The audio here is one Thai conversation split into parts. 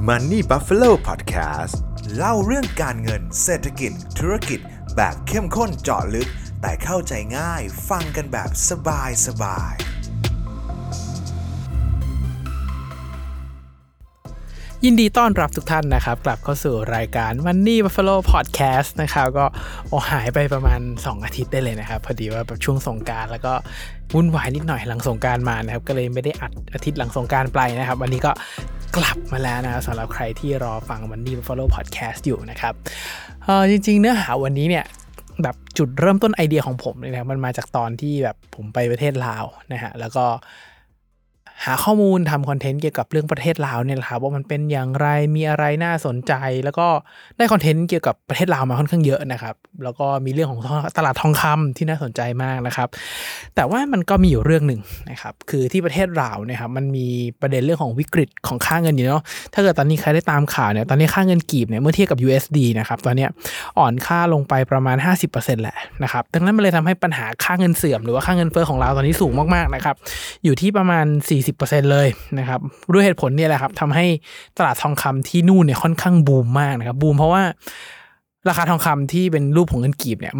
Money Buffalo Podcast เล่าเรื่องการเงินเศรษฐกิจธุรกิจแบบเข้มข้นเจาะลึกแต่เข้าใจง่ายฟังกันแบบสบายยินดีต้อนรับทุกท่านนะครับกลับเข้าสู่รายการ Money Buffalo Podcast นะครับก็หายไปประมาณ2อาทิตย์ได้เลยนะครับพอดีว่าแบบช่วงสงกรานต์แล้วก็วุ่นวายนิดหน่อยหลังสงกรานต์มานะครับก็เลยไม่ได้อัดอาทิตย์หลังสงกรานต์ไปนะครับวันนี้ก็กลับมาแล้วนะครับสำหรับใครที่รอฟัง Money Buffalo Podcast อยู่นะครับจริงๆเนื้อหาวันนี้เนี่ยแบบจุดเริ่มต้นไอเดียของผมเลยนะมันมาจากตอนที่แบบผมไปประเทศลาวนะฮะแล้วก็หาข้อมูลทำคอนเทนต์เกี่ยวกับเรื่องประเทศลาวเนี่ยแหละครับว่ามันเป็นอย่างไรมีอะไรน่าสนใจแล้วก็ได้คอนเทนต์เกี่ยวกับประเทศลาวมาค่อนข้างเยอะนะครับแล้วก็มีเรื่องของตลาดทองคำที่น่าสนใจมากนะครับแต่ว่ามันก็มีอยู่เรื่องหนึ่งนะครับคือที่ประเทศลาวเนี่ยครับมันมีประเด็นเรื่องของวิกฤตของค่าเงินอยู่เนาะถ้าเกิดตอนนี้ใครได้ตามข่าวเนี่ยตอนนี้ค่าเงินกีบเนี่ยเมื่อเทียบกับ USD นะครับตอนนี้อ่อนค่าลงไปประมาณ 50% แหละนะครับดังนั้นมันเลยทำให้ปัญหาค่าเงินเสื่อมหรือว่าค่าเงินเฟ้อของเราตอนนี้สูงมากๆนะครับอยู่ที่ประมาณ40% เลยนะครับด้วยเหตุผลเนี่ยแหละครับทำให้ตลาดทองคำที่นู่นเนี่ยค่อนข้างบูมมากนะครับบูมเพราะว่าราคาทองคำที่เป็นรูปของเงินกีบเนี่ย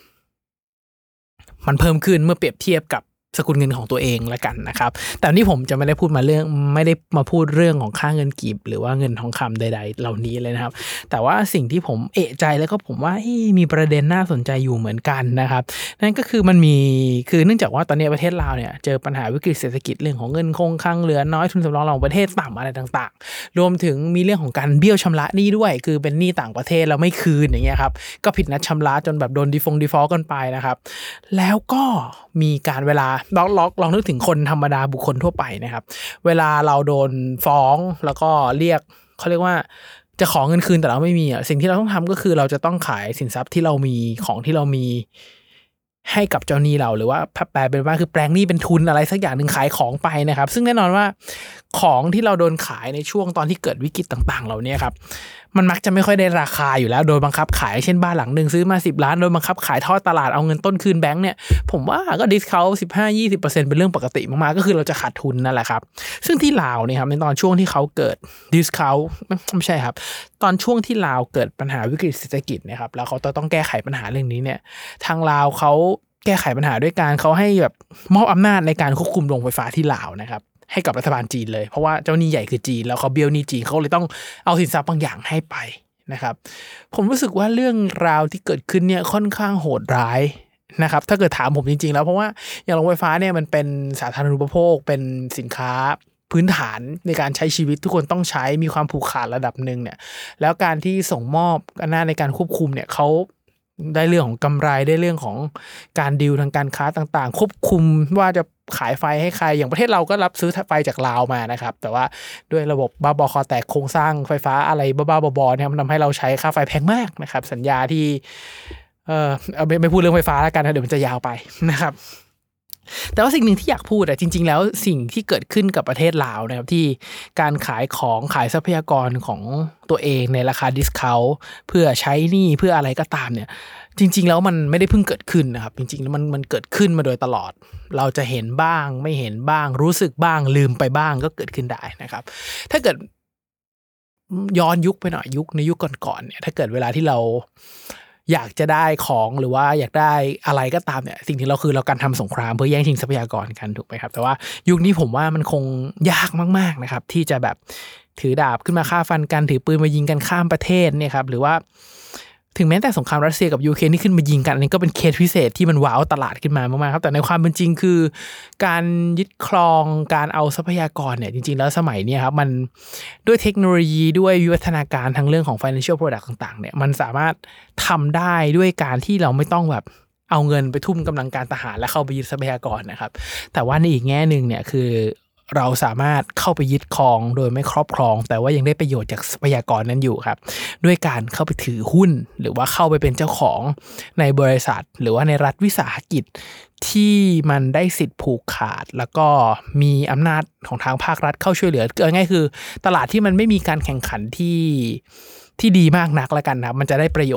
มันเพิ่มขึ้นเมื่อเปรียบเทียบกับสกุลเงินของตัวเองละกันนะครับแต่นี่ผมจะไม่ได้มาพูดเรื่องของค่าเงินกีบหรือว่าเงินทองคำใดๆเหล่านี้เลยนะครับแต่ว่าสิ่งที่ผมเอะใจแล้วก็ผมว่ามีประเด็นน่าสนใจอยู่เหมือนกันนะครับนั่นก็คือคือเนื่องจากว่าตอนนี้ประเทศลาวเนี่ยเจอปัญหาวิกฤตเศรษฐกิจเรื่องของเงินคงคลังเหลือน้อยทุนสำรองของประเทศต่ำอะไรต่างๆรวมถึงมีเรื่องของการเบี้ยวชำระหนี้ด้วยคือเป็นหนี้ต่างประเทศแล้วไม่คืนอย่างเงี้ยครับก็ผิดนัดชำระจนแบบโดนดีฟอลต์กันไปนะครับแล้วก็มีการเวลาลองนึกถึงคนธรรมดาบุคคลทั่วไปนะครับเวลาเราโดนฟ้องแล้วก็เขาเรียกว่าจะขอเงินคืนแต่เราไม่มีสิ่งที่เราต้องทำก็คือเราจะต้องขายสินทรัพย์ที่เรามีของที่เรามีให้กับเจ้าหนี้เราหรือว่าแปลเป็นว่าคือแปลงหนี้เป็นทุนอะไรสักอย่างนึงขายของไปนะครับซึ่งแน่นอนว่าของที่เราโดนขายในช่วงตอนที่เกิดวิกฤตต่างๆเหล่านี้ครับมันมักจะไม่ค่อยได้ราคาอยู่แล้วโดยบังคับขายเช่นบ้านหลังนึงซื้อมา10 ล้านโดยบังคับขายทอดตลาดเอาเงินต้นคืนแบงค์เนี่ยผมว่าก็ดิสเคาท์ 15-20% เป็นเรื่องปกติมากๆก็คือเราจะขาดทุนนั่นแหละครับซึ่งที่ลาวเนี่ยครับในตอนช่วงที่เขาเกิดดิสเคาท์ไม่ใช่ครับตอนช่วงที่ลาวเกิดปัญหาวิกฤตเศรษฐกิจนะครับแล้วเขาต้องแก้ไขปัญหาเรื่องนี้เนี่ยทางลาวเขาแก้ไขปัญหาด้วยการเขาให้แบบมอบอำนาจในการควบคุมโรงไฟฟ้าที่ลาวนะครับให้กับรัฐบาลจีนเลยเพราะว่าเจ้าหนี้ใหญ่คือจีนแล้วเขาเบี้ยวหนี้จีนเขาเลยต้องเอาสินทรัพย์บางอย่างให้ไปนะครับผมรู้สึกว่าเรื่องราวที่เกิดขึ้นเนี่ยค่อนข้างโหดร้ายนะครับถ้าเกิดถามผมจริงๆแล้วเพราะว่าอย่างโรงไฟฟ้าเนี่ยมันเป็นสาธารณูปโภคเป็นสินค้าพื้นฐานในการใช้ชีวิตทุกคนต้องใช้มีความผูกขาดระดับนึงเนี่ยแล้วการที่ส่งมอบอำนาจในการควบคุมเนี่ยเขาได้เรื่องของกำไรได้เรื่องของการดีลทางการค้าต่างๆควบคุมว่าจะขายไฟให้ใครอย่างประเทศเราก็รับซื้อไฟจากลาวมานะครับแต่ว่าด้วยระบบบ้าบอคอแตกโครงสร้างไฟฟ้าอะไรบ้าๆบอๆเนี่ยมันทำให้เราใช้ค่าไฟแพงมากนะครับสัญญาที่ไม่พูดเรื่องไฟฟ้าแล้วกันนะเดี๋ยวมันจะยาวไปนะครับแต่ว่าสิ่งหนึ่งที่อยากพูดจริงๆแล้วสิ่งที่เกิดขึ้นกับประเทศลาวนะครับที่การขายของขายทรัพยากรของตัวเองในราคาดิสเคาท์เพื่อใช้หนี้เพื่ออะไรก็ตามเนี่ยจริงๆแล้วมันไม่ได้เพิ่งเกิดขึ้นนะครับจริงๆแล้วมันเกิดขึ้นมาโดยตลอดเราจะเห็นบ้างไม่เห็นบ้างรู้สึกบ้างลืมไปบ้างก็เกิดขึ้นได้นะครับถ้าเกิดย้อนยุคไปหน่อยในยุคก่อนๆเนี่ยถ้าเกิดเวลาที่เราอยากจะได้ของหรือว่าอยากได้อะไรก็ตามเนี่ยสิ่งที่เราการทำสงครามเพื่อแย่งชิงทรัพยากรกันถูกไหมครับแต่ว่ายุคนี้ผมว่ามันคงยากมากๆนะครับที่จะแบบถือดาบขึ้นมาฆ่าฟันกันถือปืนมายิงกันข้ามประเทศเนี่ยครับหรือว่าถึงแม้แต่สงครามรัสเซียกับยูเครนที่ขึ้นมายิงกันอันนี้ก็เป็นเคสพิเศษที่มันว้าวตลาดขึ้นมามากๆครับแต่ในความเป็นจริงคือการยึดครองการเอาทรัพยากรเนี่ยจริงๆแล้วสมัยนี้ครับมันด้วยเทคโนโลยีด้วยวิวัฒนาการทั้งเรื่องของ financial product ต่างๆเนี่ยมันสามารถทำได้ด้วยการที่เราไม่ต้องแบบเอาเงินไปทุ่มกำลังการทหารและเข้าไปยึดทรัพยากรนะครับแต่ว่าในอีกแง่นึงเนี่ยคือเราสามารถเข้าไปยึดครองโดยไม่ครอบครองแต่ว่ายังได้ประโยชน์จากทรัพยากรนั้นอยู่ครับด้วยการเข้าไปถือหุ้นหรือว่าเข้าไปเป็นเจ้าของในบริษัทหรือว่าในรัฐวิสาหกิจที่มันได้สิทธิ์ผูกขาดแล้วก็มีอำนาจของทางภาครัฐเข้าช่วยเหลือง่ายๆคือตลาดที่มันไม่มีการแข่งขันที่ดีมากนักละกันครับมันจะได้ประโยชน์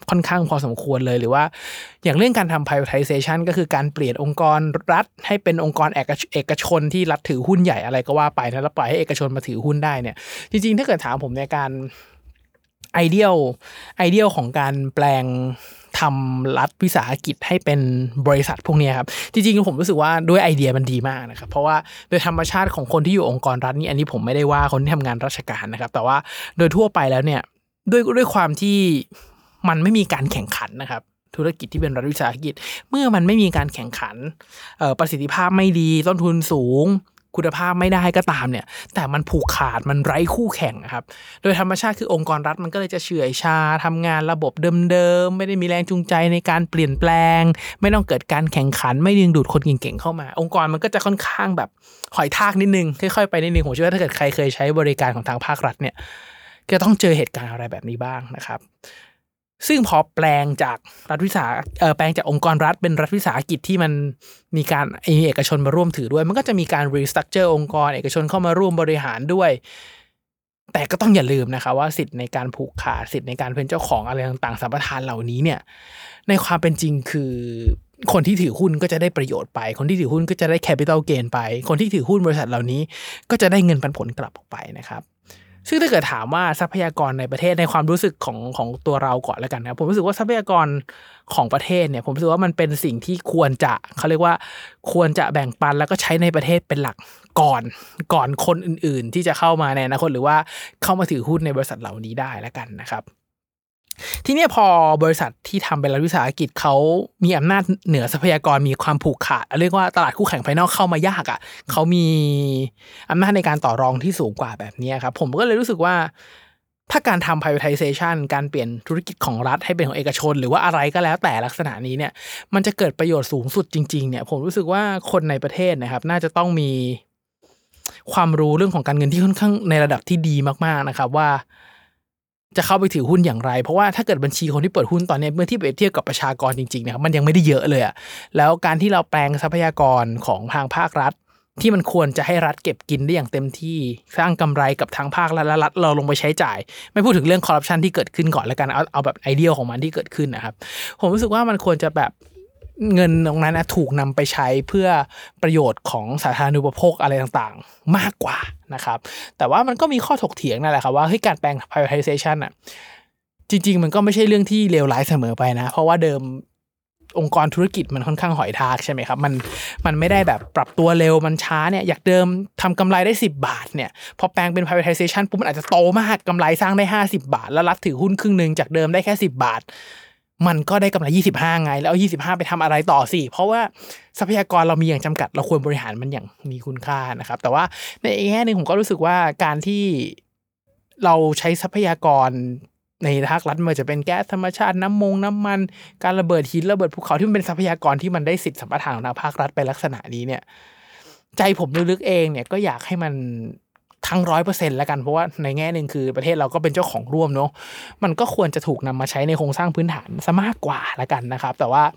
ค่อนข้างพอสมควรเลยหรือว่าอย่างเรื่องการทำ privatization ก็คือการเปลี่ยนองค์กรรัฐให้เป็นองค์กรเอกชนที่รัฐถือหุ้นใหญ่อะไรก็ว่าไปนะแล้วปล่อยให้เอกชนมาถือหุ้นได้เนี่ยจริงๆถ้าเกิดถามผมในการไอเดียของการแปลงทำรัฐวิสาหกิจให้เป็นบริษัทพวกนี้ครับจริงๆผมรู้สึกว่าด้วยไอเดียมันดีมากนะครับเพราะว่าโดยธรรมชาติของคนที่อยู่องค์กรรัฐนี่อันนี้ผมไม่ได้ว่าคนที่ทำงานราชการนะครับแต่ว่าโดยทั่วไปแล้วเนี่ยด้วยความที่มันไม่มีการแข่งขันนะครับธุรกิจที่เป็นรัฐวิสาหกิจเมื่อมันไม่มีการแข่งขันประสิทธิภาพไม่ดีต้นทุนสูงคุณภาพไม่ได้ก็ตามเนี่ยแต่มันผูกขาดมันไร้คู่แข่งครับโดยธรรมชาติคือองค์กรรัฐมันก็เลยจะเฉื่อยชาทำงานระบบเดิมๆไม่ได้มีแรงจูงใจในการเปลี่ยนแปลงไม่ต้องเกิดการแข่งขันไม่ดึงดูดคนเก่งๆเข้ามาองค์กรมันก็จะค่อนข้างแบบหอยทากนิดนึงค่อยๆไปนิดนึงผมเชื่อว่าถ้าเกิดใครเคยใช้บริการของทางภาครัฐเนี่ยจะต้องเจอเหตุการณ์อะไรแบบนี้บ้างนะครับซึ่งพอแปลงจากรัฐวิสาแปลงจากองค์กรรัฐเป็นรัฐวิสาหกิจที่มันมีการเอกชนมาร่วมถือด้วยมันก็จะมีการ restructure องค์กรเอกชนเข้ามาร่วมบริหารด้วยแต่ก็ต้องอย่าลืมนะคะว่าสิทธิ์ในการผูกขาดสิทธิ์ในการเป็นเจ้าของอะไรต่างๆสัมปทานเหล่านี้เนี่ยในความเป็นจริงคือคนที่ถือหุ้นก็จะได้ประโยชน์ไปคนที่ถือหุ้นก็จะได้ capital gain ไปคนที่ถือหุ้นบริษัทเหล่านี้ก็จะได้เงินปันผลกลับออกไปนะครับซึ่งถ้าเกิดถามว่าทรัพยากรในประเทศในความรู้สึกของตัวเราก่อนแล้วกันนะผมรู้สึกว่าทรัพยากรของประเทศเนี่ยผมรู้สึกว่ามันเป็นสิ่งที่ควรจะเขาเรียกว่าควรจะแบ่งปันแล้วก็ใช้ในประเทศเป็นหลักก่อนคนอื่นๆที่จะเข้ามาในอนาคตหรือว่าเข้ามาถือหุ้นในบริษัทเหล่านี้ได้แล้วกันนะครับทีนี้พอบริษัทที่ทำเป็นรัฐวิสาหกิจเขามีอำนาจเหนือทรัพยากรมีความผูกขาดเรียกว่าตลาดคู่แข่งภายนอกเข้ามายากอ่ะเขามีอำนาจในการต่อรองที่สูงกว่าแบบนี้ครับผมก็เลยรู้สึกว่าถ้าการทำ privatization การเปลี่ยนธุรกิจของรัฐให้เป็นของเอกชนหรือว่าอะไรก็แล้วแต่ลักษณะนี้เนี่ยมันจะเกิดประโยชน์สูงสุดจริงๆเนี่ยผมรู้สึกว่าคนในประเทศนะครับน่าจะต้องมีความรู้เรื่องของการเงินที่ค่อนข้างในระดับที่ดีมากๆนะครับว่าจะเข้าไปถือหุ้นอย่างไรเพราะว่าถ้าเกิดบัญชีคนที่เปิดหุ้นตอนนี้เมื่อที่เปรียบเทียบกับประชากรจริงๆนะครับมันยังไม่ได้เยอะเลยอะแล้วการที่เราแปลงทรัพยากรของทางภาครัฐที่มันควรจะให้รัฐเก็บกินได้อย่างเต็มที่สร้างกำไรกับทางภาครัฐและรัฐเราลงไปใช้จ่ายไม่พูดถึงเรื่องคอร์รัปชันที่เกิดขึ้นก่อนแล้วกันเอาแบบไอเดียของมันที่เกิดขึ้นนะครับผมรู้สึกว่ามันควรจะแบบเงินตรงนั้นนะถูกนำไปใช้เพื่อประโยชน์ของสาธารณูปโภคอะไรต่างๆมากกว่านะครับแต่ว่ามันก็มีข้อถกเถียงนั่นแหละครับว่าเฮ้ยการแปลง privatization อ่ะจริงๆมันก็ไม่ใช่เรื่องที่เลวร้ายเสมอไปนะเพราะว่าเดิมองค์กรธุรกิจมันค่อนข้างหอยทากใช่ไหมครับมันไม่ได้แบบปรับตัวเร็วมันช้าเนี่ยอยากเดิมทำกำไรได้10 บาทเนี่ยพอแปลงเป็น privatization ปุ๊บมันอาจจะโตมากกำไรสร้างได้50 บาทแล้วรัฐถือหุ้นครึ่งนึงจากเดิมได้แค่10 บาทมันก็ได้กำไร25ไงแล้วเอา25ไปทำอะไรต่อสิเพราะว่าทรัพยากรเรามีอย่างจำกัดเราควรบริหารมันอย่างมีคุณค่านะครับแต่ว่าในอีกแง่นึงผมก็รู้สึกว่าการที่เราใช้ทรัพยากรในภาครัฐมันจะเป็นแก๊สธรรมชาติน้ำมันการระเบิดหินระเบิดภูเขาที่มันเป็นทรัพยากรที่มันได้สิทธิสัมปทานของทางภาครัฐไปลักษณะนี้เนี่ยใจผมลึกๆเองเนี่ยก็อยากให้มันทั้ง 100% แล้วกันเพราะว่าในแง่นึงคือประเทศเราก็เป็นเจ้าของร่วมเนาะมันก็ควรจะถูกนำมาใช้ในโครงสร้างพื้นฐานซะมากกว่าละกันนะครับแต่ว่า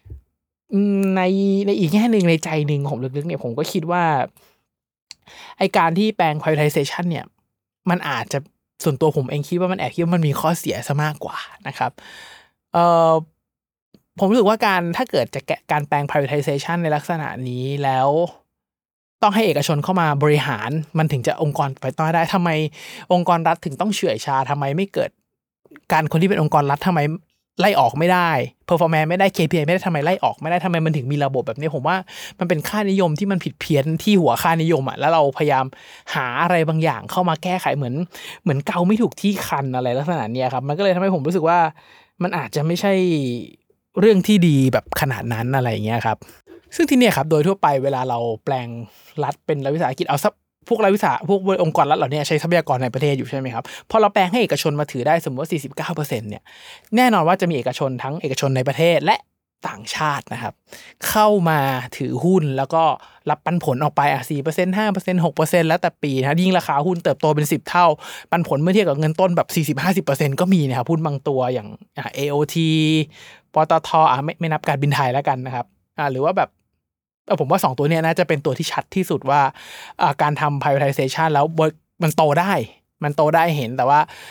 ในอีกแง่นึงในใจนึงผมลึกๆเนี่ยผมก็คิดว่าไอ้การที่แปลง privatization เนี่ยมันอาจจะส่วนตัวผมเองคิดว่ามันคิดว่ามันมีข้อเสียซะมากกว่านะครับเอ่อผมรู้สึกว่าถ้าเกิดจะการแปลง privatization ในลักษณะนี้แล้วต้องให้เอกชนเข้ามาบริหารมันถึงจะองค์กรไปต่อได้ทำไมองค์กรรัฐถึงต้องเฉื่อยชาทำไมไม่เกิดการคนที่เป็นองค์กรรัฐทำไมไล่ออกไม่ได้ performance ไม่ได้ KPI ไม่ได้ทำไมไล่ออกไม่ได้ทำไมมันถึงมีระบบแบบนี้ผมว่ามันเป็นค่านิยมที่มันผิดเพี้ยนที่หัวค่านิยมอ่ะแล้วเราพยายามหาอะไรบางอย่างเข้ามาแก้ไขเหมือนเกาไม่ถูกที่คันอะไรลักษณะนี้ครับมันก็เลยทำให้ผมรู้สึกว่ามันอาจจะไม่ใช่เรื่องที่ดีแบบขนาดนั้นอะไรอย่างเงี้ยครับซึ่งที่เนี่ยครับโดยทั่วไปเวลาเราแปลงรัฐเป็นรัฐวิสาหกิจเอาพวกรัฐวิสาพวกองค์กรรัฐเหล่านี้ใช้ทรัพยากรในประเทศอยู่ใช่ไหมครับพอเราแปลงให้เอกชนมาถือได้สมมติว่า 49% เนี่ยแน่นอนว่าจะมีเอกชนทั้งเอกชนในประเทศและต่างชาตินะครับเข้ามาถือหุ้นแล้วก็รับปันผลออกไป4% 5% 6% แล้วแต่ปีนะยิ่งราคาหุ้นเติบโตเป็น10 เท่าปันผลเมื่อเทียบกับเงินต้นแบบ 40-50% ก็มีนะครับหุ้นบางตัวอย่างAOT ปตทไม่นับการบินไทยแล้วกันนะครับหรือว่าแบบผมว่า2ตัวนี้น่าจะเป็นตัวที่ชัดที่สุดว่าการทำ privatization แล้วมันโตได้เห็นแต่ว่า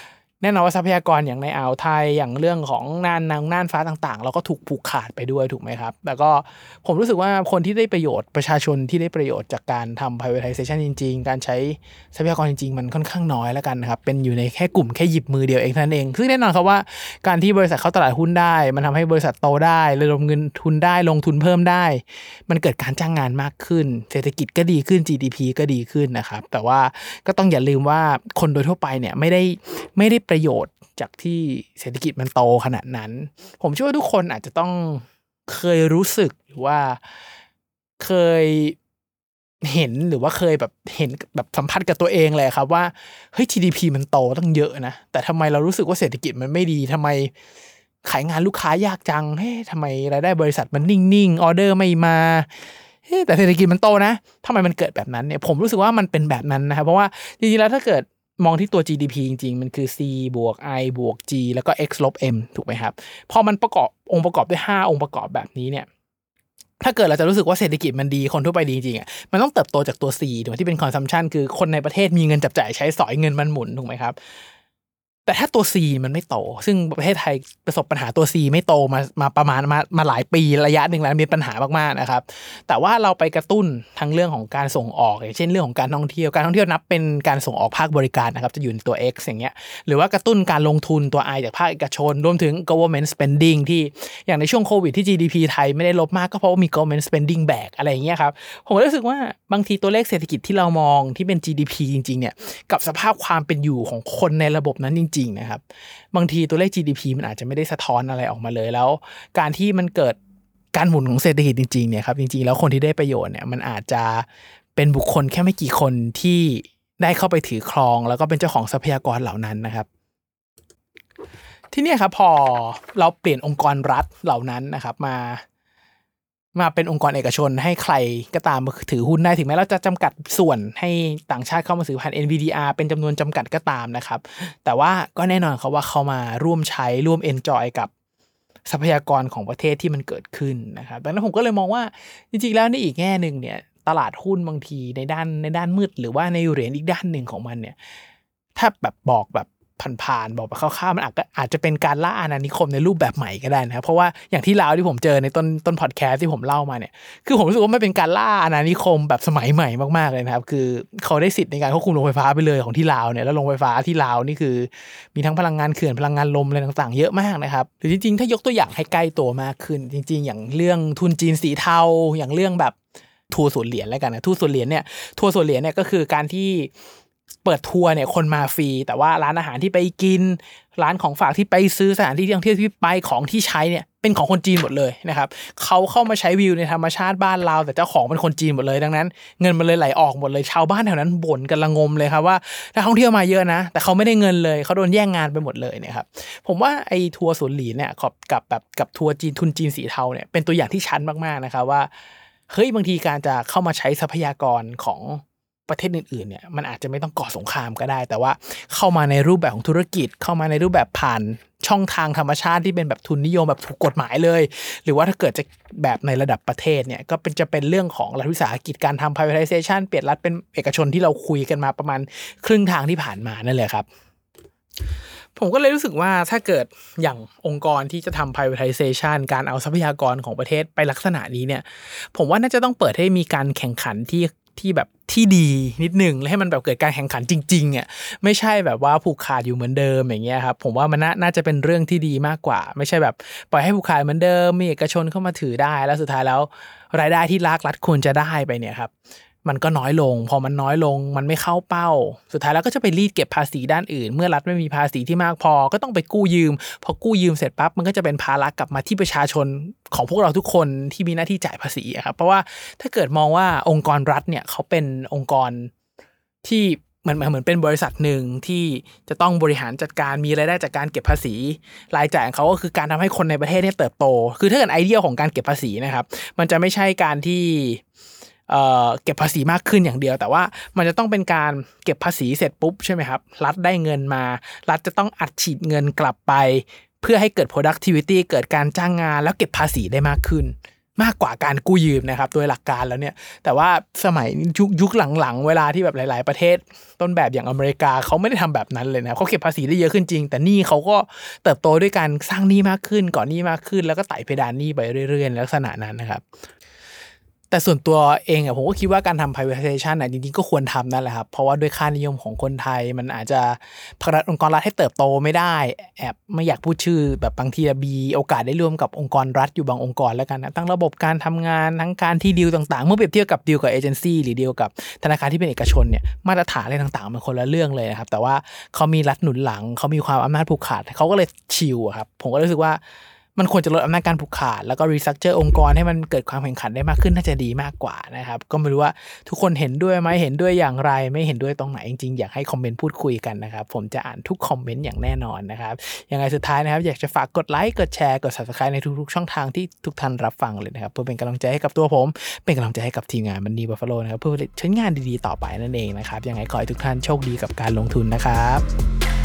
แน่นอนว่าทรัพยากรอย่างในอ่าวไทยอย่างเรื่องของน่านฟ้าต่างๆเราก็ถูกผูกขาดไปด้วยถูกไหมครับแล้วก็ผมรู้สึกว่าคนที่ได้ประโยชน์ประชาชนที่ได้ประโยชน์จากการทำ privatization จริงๆการใช้ทรัพยากรจริงๆมันค่อนข้างน้อยแล้วกันนะครับเป็นอยู่ในแค่กลุ่มแค่หยิบมือเดียวเองเท่านั้นเองซึ่งแน่นอนครับว่าการที่บริษัทเข้าตลาดหุ้นได้มันทำให้บริษัทโตได้ระดมเงินทุนได้ลงทุนเพิ่มได้มันเกิดการจ้างงานมากขึ้นเศรษฐกิจก็ดีขึ้น GDP ก็ดีขึ้นนะครับแต่ว่าก็ต้องอย่าลืมว่าคนโดยทั่วไปเนี่ยไม่ได้ประโยชน์จากที่เศรษฐกิจมันโตขนาดนั้นผมเชื่อว่าทุกคนอาจจะต้องเคยรู้สึกหรือว่าเคยเห็นหรือว่าเคยแบบเห็นแบบสัมผัสกับตัวเองเลยครับว่าเฮ้ย GDP มันโตตั้งเยอะนะแต่ทำไมเรารู้สึกว่าเศรษฐกิจมันไม่ดีทำไมขายงานลูกค้ายากจังเฮ้ยทำไมรายได้บริษัทมันนิ่งๆออเดอร์ไม่มาเฮ้ยแต่เศรษฐกิจมันโตนะทำไมมันเกิดแบบนั้นเนี่ยผมรู้สึกว่ามันเป็นแบบนั้นนะครับเพราะว่าจริงๆแล้วถ้าเกิดมองที่ตัว GDP จริงๆมันคือ C บวก I บวก G แล้วก็ X ลบ M ถูกไหมครับพอมันประกอบองค์ประกอบด้วย5องค์ประกอบแบบนี้เนี่ยถ้าเกิดเราจะรู้สึกว่าเศรษฐกิจมันดีคนทั่วไปดีจริงๆอ่ะมันต้องเติบโตจากตัว C ถูกไหมที่เป็น consumption คือคนในประเทศมีเงินจับจ่ายใช้สอยเงินมันหมุนถูกไหมครับแต่ถ้าตัว C มันไม่โตซึ่งประเทศไทยประสบปัญหาตัว C ไม่โตมาประมาณมาหลายปีระยะหนึ่งแล้วมีปัญหามากๆนะครับแต่ว่าเราไปกระตุ้นทั้งเรื่องของการส่งออกอย่างเช่นเรื่องของการท่องเที่ยวนับเป็นการส่งออกภาคบริการนะครับจะอยู่ในตัว X อย่างเงี้ยหรือว่ากระตุ้นการลงทุนตัว I จากภาคเอกชนรวมถึง government spending ที่อย่างในช่วงโควิดที่ GDP ไทยไม่ได้ลบมากก็เพราะว่ามี government spending แบกอะไรอย่างเงี้ยครับผมรู้สึกว่าบางทีตัวเลขเศรษฐกิจที่เรามองที่เป็น GDP จริงๆเนี่ยกับสภาพความเป็นอยู่ของคนในระบบนั้นจริงๆนะครับบางทีตัวเลข GDP มันอาจจะไม่ได้สะท้อนอะไรออกมาเลยแล้วการที่มันเกิดการหมุนของเศรษฐกิจจริงๆเนี่ยครับจริงๆแล้วคนที่ได้ประโยชน์เนี่ยมันอาจจะเป็นบุคคลแค่ไม่กี่คนที่ได้เข้าไปถือครองแล้วก็เป็นเจ้าของทรัพยากรเหล่านั้นนะครับที่นี่ครับพอเราเปลี่ยนองค์กรรัฐเหล่านั้นนะครับมาเป็นองค์กรเอกชนให้ใครก็ตามมาถือหุ้นได้ถึงแม้เราจะจำกัดส่วนให้ต่างชาติเข้ามาซื้อผ่าน NVDR เป็นจำนวนจำกัดก็ตามนะครับแต่ว่าก็แน่นอนครับว่าเขามาร่วมใช้ร่วม enjoy กับทรัพยากรของประเทศที่มันเกิดขึ้นนะครับดังนั้นผมก็เลยมองว่าจริงๆแล้วในอีกแง่นึงเนี่ยตลาดหุ้นบางทีในด้านมืดหรือว่าในเหรียญอีกด้านหนึ่งของมันเนี่ยถ้าแบบบอกแบบผ่านๆบอกไปคร่าวๆมันอาจจะเป็นการล่าอาณานิคมในรูปแบบใหม่ก็ได้นะครับเพราะว่าอย่างที่ลาวที่ผมเจอในต้นพอดแคสต์ที่ผมเล่ามาเนี่ยคือผมรู้สึกว่ามันเป็นการล่าอาณานิคมแบบสมัยใหม่มากๆเลยนะครับคือเขาได้สิทธิ์ในการควบคุมโรงไฟฟ้าไปเลยของที่ลาวเนี่ยแล้วโรงไฟฟ้าที่ลาวนี่คือมีทั้งพลังงานเขื่อนพลังงานลมอะไรต่างๆเยอะมากนะครับหรือจริงๆถ้ายกตัวอย่างให้ใกล้ตัวมากขึ้นจริงๆอย่างเรื่องทุนจีนสีเทาอย่างเรื่องแบบทัวร์สวนเหรียญแล้วกันนะทัวร์สวนเหรียญเนี่ยก็คือการที่เปิดทัวร์เนี่ยคนมาฟรีแต่ว่าร้านอาหารที่ไปกินร้านของฝากที่ไปซื้อสถานที่ท่องเที่ยวที่ไปของที่ใช้เนี่ยเป็นของคนจีนหมดเลยนะครับเขาเข้ามาใช้วิวในธรรมชาติบ้านเราแต่เจ้าของเป็นคนจีนหมดเลยดังนั้นเงินมันเลยไหลออกหมดเลยชาวบ้านแถวนั้นบ่นกันระงมเลยครับว่านักท่องเที่ยวมาเยอะนะแต่เขาไม่ได้เงินเลยเขาโดนแย่งงานไปหมดเลยเนี่ยครับผมว่าไอ้ทัวร์สวนเหรียญเนี่ยกับทัวร์จีนทุนจีนสีเทาเนี่ยเป็นตัวอย่างที่ชัดมากๆนะครับว่าเฮ้ยบางทีการจะเข้ามาใช้ทรัพยากรของประเทศอื่นๆเนี่ยมันอาจจะไม่ต้องก่อสงครามก็ได้แต่ว่าเข้ามาในรูปแบบของธุรกิจเข้ามาในรูปแบบผ่านช่องทางธรรมชาติที่เป็นแบบทุนนิยมแบบถูกกฎหมายเลยหรือว่าถ้าเกิดจะแบบในระดับประเทศเนี่ยก็จะเป็นเรื่องของรัฐวิสาหกิจการทำ privatization เปลี่ยนรัฐเป็นเอกชนที่เราคุยกันมาประมาณครึ่งทางที่ผ่านมานั่นแหละครับผมก็เลยรู้สึกว่าถ้าเกิดอย่างองค์กรที่จะทำ privatization การเอาทรัพยากรของประเทศไปลักษณะนี้เนี่ยผมว่าน่าจะต้องเปิดให้มีการแข่งขันที่แบบที่ดีนิดนึงและให้มันแบบเกิดการแข่งขันจริงๆอ่ะไม่ใช่แบบว่าผูกขาดอยู่เหมือนเดิมอย่างเงี้ยครับผมว่ามันน่าจะเป็นเรื่องที่ดีมากกว่าไม่ใช่แบบปล่อยให้ผูกขาดเหมือนเดิมมีเอกชนเข้ามาถือได้แล้วสุดท้ายแล้วรายได้ที่รัฐควรจะได้ไปเนี่ยครับมันก็น้อยลงพอมันน้อยลงมันไม่เข้าเป้าสุดท้ายแล้วก็จะไปรีดเก็บภาษีด้านอื่นเมื่อรัฐไม่มีภาษีที่มากพอก็ต้องไปกู้ยืมพอกู้ยืมเสร็จปั๊บมันก็จะเป็นภาระกลับมาที่ประชาชนของพวกเราทุกคนที่มีหน้าที่จ่ายภาษีครับเพราะว่าถ้าเกิดมองว่าองค์กรรัฐเนี่ยเขาเป็นองค์กรที่เหมือนเป็นบริษัทหนึ่งที่จะต้องบริหารจัดการมีรายได้จากการเก็บภาษีรายจ่ายของเขาก็คือการทำให้คนในประเทศเนี่ยเติบโตคือถ้าเกิดไอเดียของการเก็บภาษีนะครับมันจะไม่ใช่การที่เก็บภาษีมากขึ้นอย่างเดียวแต่ว่ามันจะต้องเป็นการเก็บภาษีเสร็จปุ๊บใช่ไหมครับรัฐได้เงินมารัฐจะต้องอัดฉีดเงินกลับไปเพื่อให้เกิด productivity เกิดการจ้างงานแล้วเก็บภาษีได้มากขึ้นมากกว่าการกู้ยืมนะครับโดยหลักการแล้วเนี่ยแต่ว่าสมัยยุคหลังๆเวลาที่แบบหลายๆประเทศต้นแบบอย่างอเมริกาเขาไม่ได้ทำแบบนั้นเลยนะเขาเก็บภาษีได้เยอะขึ้นจริงแต่หนี้เขาก็เติบโตด้วยการสร้างหนี้มากขึ้นก่อหนี้มากขึ้นแล้วก็ไต่เพดานหนี้ไปเรื่อยๆในลักษณะนั้นนะครับแต่ส่วนตัวเองผมก็คิดว่าการทำ privatization จริงๆก็ควรทำนั่นแหละครับเพราะว่าด้วยค่านิยมของคนไทยมันอาจจะผลักดันองค์กรรัฐให้เติบโตไม่ได้แอบไม่อยากพูดชื่อแบบบางทีมีโอกาสได้ร่วมกับองค์กรรัฐอยู่บางองค์กรแล้วกันนะทั้งระบบการทำงานทั้งการที่ดีลต่างๆเมื่อเปรียบเทียบกับดีลกับเอเจนซี่หรือดีลกับธนาคารที่เป็นเอกชนเนี่ยมาตรฐานอะไรต่างๆมันคนละเรื่องเลยนะครับแต่ว่าเขามีรัฐหนุนหลังเขามีความอำนาจผูกขาดเขาก็เลยชิลครับผมก็รู้สึกว่ามันควรจะลดอำนาจการผูกขาดแล้วก็รีสตรัคเจอร์องค์กรให้มันเกิดความแข่งขันได้มากขึ้นน่าจะดีมากกว่านะครับก็ไม่รู้ว่าทุกคนเห็นด้วยไหมเห็นด้วยอย่างไรไม่เห็นด้วยตรงไหนจริงๆอยากให้คอมเมนต์พูดคุยกันนะครับผมจะอ่านทุกคอมเมนต์อย่างแน่นอนนะครับยังไงสุดท้ายนะครับอยากจะฝากกดไลค์กดแชร์กด Subscribe ในทุกๆช่องทางที่ทุกท่านรับฟังเลยนะครับเพื่อเป็นกำลังใจให้กับตัวผมเป็นกำลังใจให้กับทีมงานมันนี่บัฟฟาโลนะครับเพื่อผลิตชิ้นงานดีๆต่อไปนั่นเองนะครับยังไงขอให้ทุกท่านโชคดีกับการลงทุนนะครับ